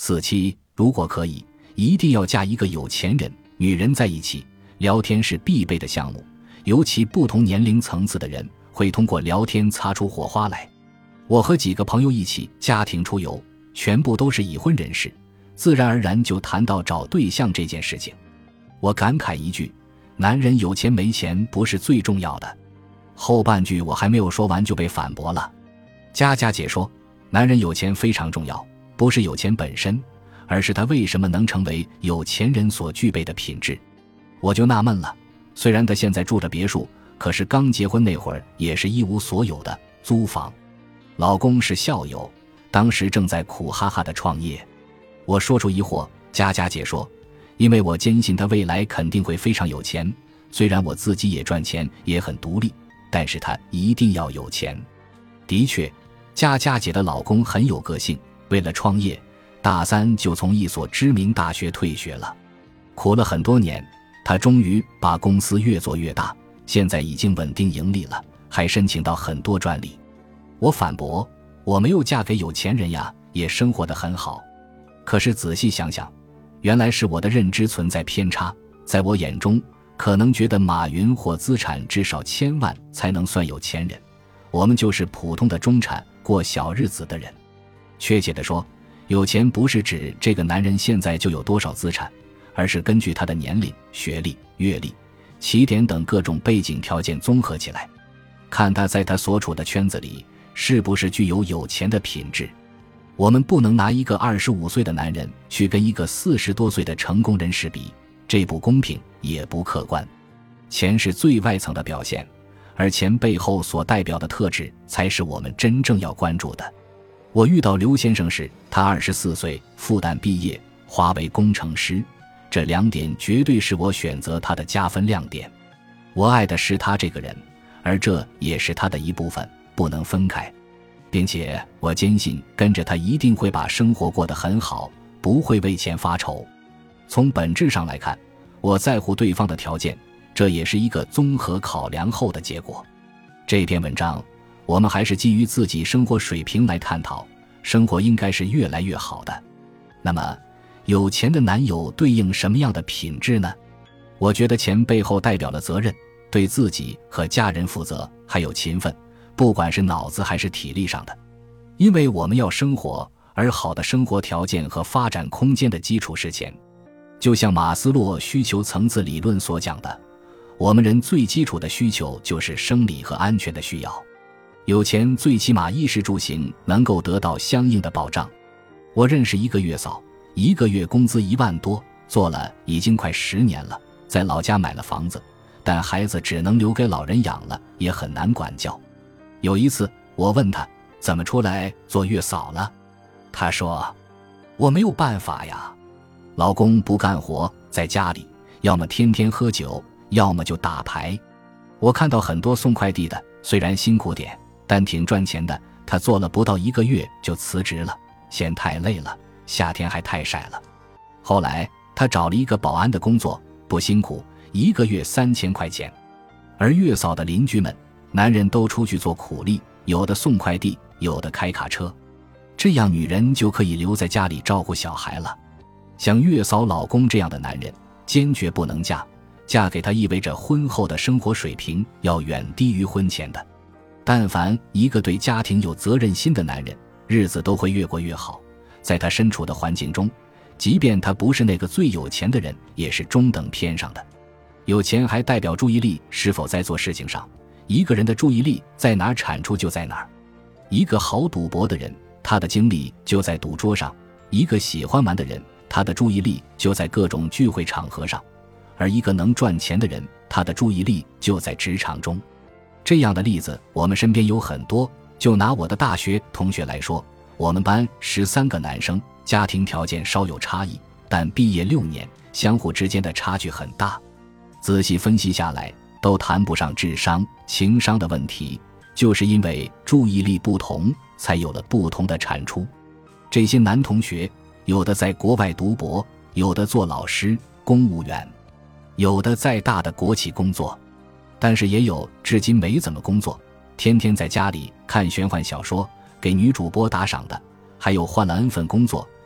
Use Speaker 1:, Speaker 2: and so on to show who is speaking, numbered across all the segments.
Speaker 1: 4-7，如果可以，一定要嫁一个有钱人。女人在一起聊天是必备的项目，尤其不同年龄层次的人会通过聊天擦出火花来。我和几个朋友一起家庭出游，全部都是已婚人士，自然而然就谈到找对象这件事情。我感慨一句，男人有钱没钱不是最重要的。后半句我还没有说完就被反驳了。佳佳姐说，男人有钱非常重要，不是有钱本身，而是他为什么能成为有钱人所具备的品质。我就纳闷了，虽然他现在住着别墅，可是刚结婚那会儿也是一无所有的租房。老公是校友，当时正在苦哈哈的创业。我说出疑惑，佳佳姐说，因为我坚信他未来肯定会非常有钱，虽然我自己也赚钱也很独立，但是他一定要有钱。的确，佳佳姐的老公很有个性，为了创业，大3就从一所知名大学退学了。苦了很多年，他终于把公司越做越大，现在已经稳定盈利了，还申请到很多专利。我反驳，我没有嫁给有钱人呀，也生活得很好。可是仔细想想，原来是我的认知存在偏差，在我眼中，可能觉得马云或资产至少1000万才能算有钱人，我们就是普通的中产，过小日子的人。确切地说，有钱不是指这个男人现在就有多少资产，而是根据他的年龄、学历、阅历、起点等各种背景条件综合起来，看他在他所处的圈子里是不是具有有钱的品质。我们不能拿一个25岁的男人去跟一个40多岁的成功人士比，这不公平也不客观。钱是最外层的表现，而钱背后所代表的特质才是我们真正要关注的。我遇到刘先生时，他24岁，复旦毕业，华为工程师，这2点绝对是我选择他的加分亮点。我爱的是他这个人，而这也是他的一部分，不能分开。并且我坚信跟着他一定会把生活过得很好，不会为钱发愁。从本质上来看，我在乎对方的条件，这也是一个综合考量后的结果。这篇文章我们还是基于自己生活水平来探讨，生活应该是越来越好的。那么有钱的男友对应什么样的品质呢？我觉得钱背后代表了责任，对自己和家人负责，还有勤奋，不管是脑子还是体力上的。因为我们要生活，而好的生活条件和发展空间的基础是钱。就像马斯洛需求层次理论所讲的，我们人最基础的需求就是生理和安全的需要。有钱最起码衣食住行能够得到相应的保障。我认识一个月嫂，一个月工资1万多，做了已经快10年了，在老家买了房子，但孩子只能留给老人养了，也很难管教。有一次我问他怎么出来做月嫂了，他说，我没有办法呀，老公不干活，在家里要么天天喝酒，要么就打牌。我看到很多送快递的，虽然辛苦点，但挺赚钱的，他做了不到1个月就辞职了，嫌太累了，夏天还太晒了。后来他找了一个保安的工作，不辛苦，1个月3000块钱。而月嫂的邻居们，男人都出去做苦力，有的送快递，有的开卡车，这样女人就可以留在家里照顾小孩了。像月嫂老公这样的男人坚决不能嫁，嫁给他意味着婚后的生活水平要远低于婚前的。但凡一个对家庭有责任心的男人，日子都会越过越好。在他身处的环境中，即便他不是那个最有钱的人，也是中等偏上的。有钱还代表注意力是否在做事情上，一个人的注意力在哪儿，产出就在哪儿。一个好赌博的人，他的精力就在赌桌上；一个喜欢玩的人，他的注意力就在各种聚会场合上；而一个能赚钱的人，他的注意力就在职场中。这样的例子我们身边有很多。就拿我的大学同学来说，我们班13个男生，家庭条件稍有差异，但毕业6年，相互之间的差距很大。仔细分析下来，都谈不上智商、情商的问题，就是因为注意力不同，才有了不同的产出。这些男同学，有的在国外读博，有的做老师、公务员，有的在大的国企工作，但是也有至今没怎么工作，天天在家里看玄幻小说，给女主播打赏的，还有换了 N 份工作，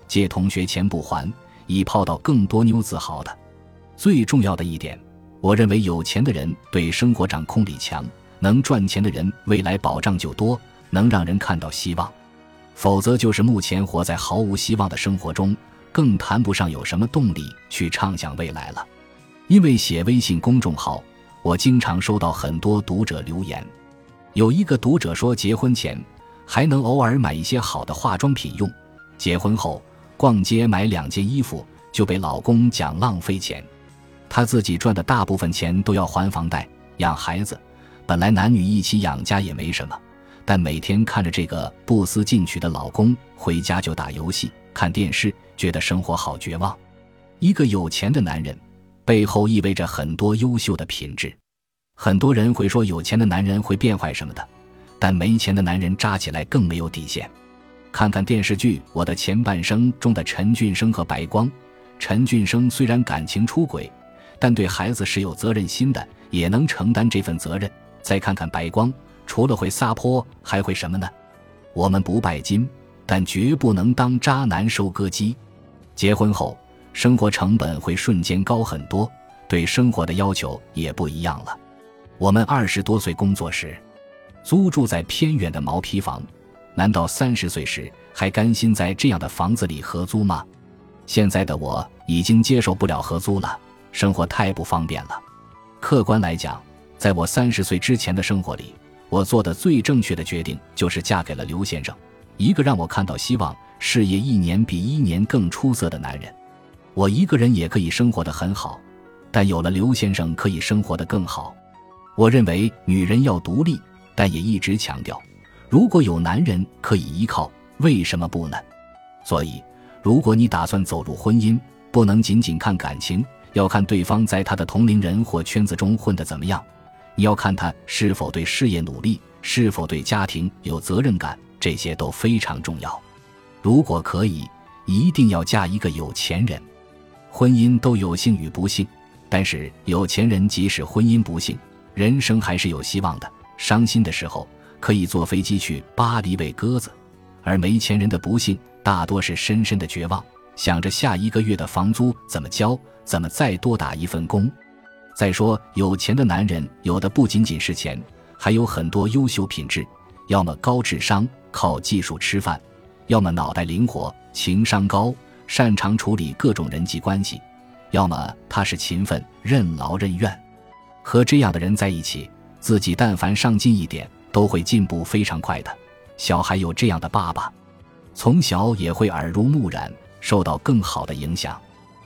Speaker 1: 借同学钱不还，以泡到更多妞子好的。最重要的一点，我认为有钱的人对生活掌控力强，能赚钱的人未来保障就多，能让人看到希望。否则就是目前活在毫无希望的生活中，更谈不上有什么动力去畅想未来了。因为写微信公众号，我经常收到很多读者留言。有一个读者说，结婚前还能偶尔买一些好的化妆品用，结婚后逛街买2件衣服就被老公讲浪费钱。她自己赚的大部分钱都要还房贷、养孩子，本来男女一起养家也没什么，但每天看着这个不思进取的老公，回家就打游戏、看电视，觉得生活好绝望。一个有钱的男人背后意味着很多优秀的品质。很多人会说有钱的男人会变坏什么的，但没钱的男人渣起来更没有底线。看看电视剧《我的前半生》中的陈俊生和白光，陈俊生虽然感情出轨，但对孩子是有责任心的，也能承担这份责任。再看看白光，除了会撒泼还会什么呢？我们不拜金，但绝不能当渣男收割机。结婚后生活成本会瞬间高很多，对生活的要求也不一样了。我们20多岁工作时租住在偏远的毛坯房，难道30岁时还甘心在这样的房子里合租吗？现在的我已经接受不了合租了，生活太不方便了。客观来讲，在我30岁之前的生活里，我做的最正确的决定就是嫁给了刘先生，一个让我看到希望、事业一年比一年更出色的男人。我一个人也可以生活得很好，但有了刘先生可以生活得更好。我认为女人要独立，但也一直强调，如果有男人可以依靠，为什么不呢？所以如果你打算走入婚姻，不能仅仅看感情，要看对方在他的同龄人或圈子中混得怎么样。你要看他是否对事业努力，是否对家庭有责任感，这些都非常重要。如果可以，一定要嫁一个有钱人。婚姻都有幸与不幸，但是有钱人即使婚姻不幸，人生还是有希望的。伤心的时候可以坐飞机去巴黎喂鸽子，而没钱人的不幸大多是深深的绝望，想着下一个月的房租怎么交，怎么再多打一份工。再说有钱的男人有的不仅仅是钱，还有很多优秀品质，要么高智商靠技术吃饭，要么脑袋灵活情商高擅长处理各种人际关系，要么他是勤奋任劳任怨。和这样的人在一起，自己但凡上进一点都会进步非常快的。小孩有这样的爸爸，从小也会耳濡目染，受到更好的影响。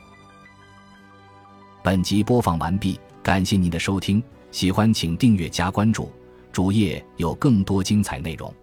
Speaker 1: 本集播放完毕，感谢您的收听，喜欢请订阅加关注，主页有更多精彩内容。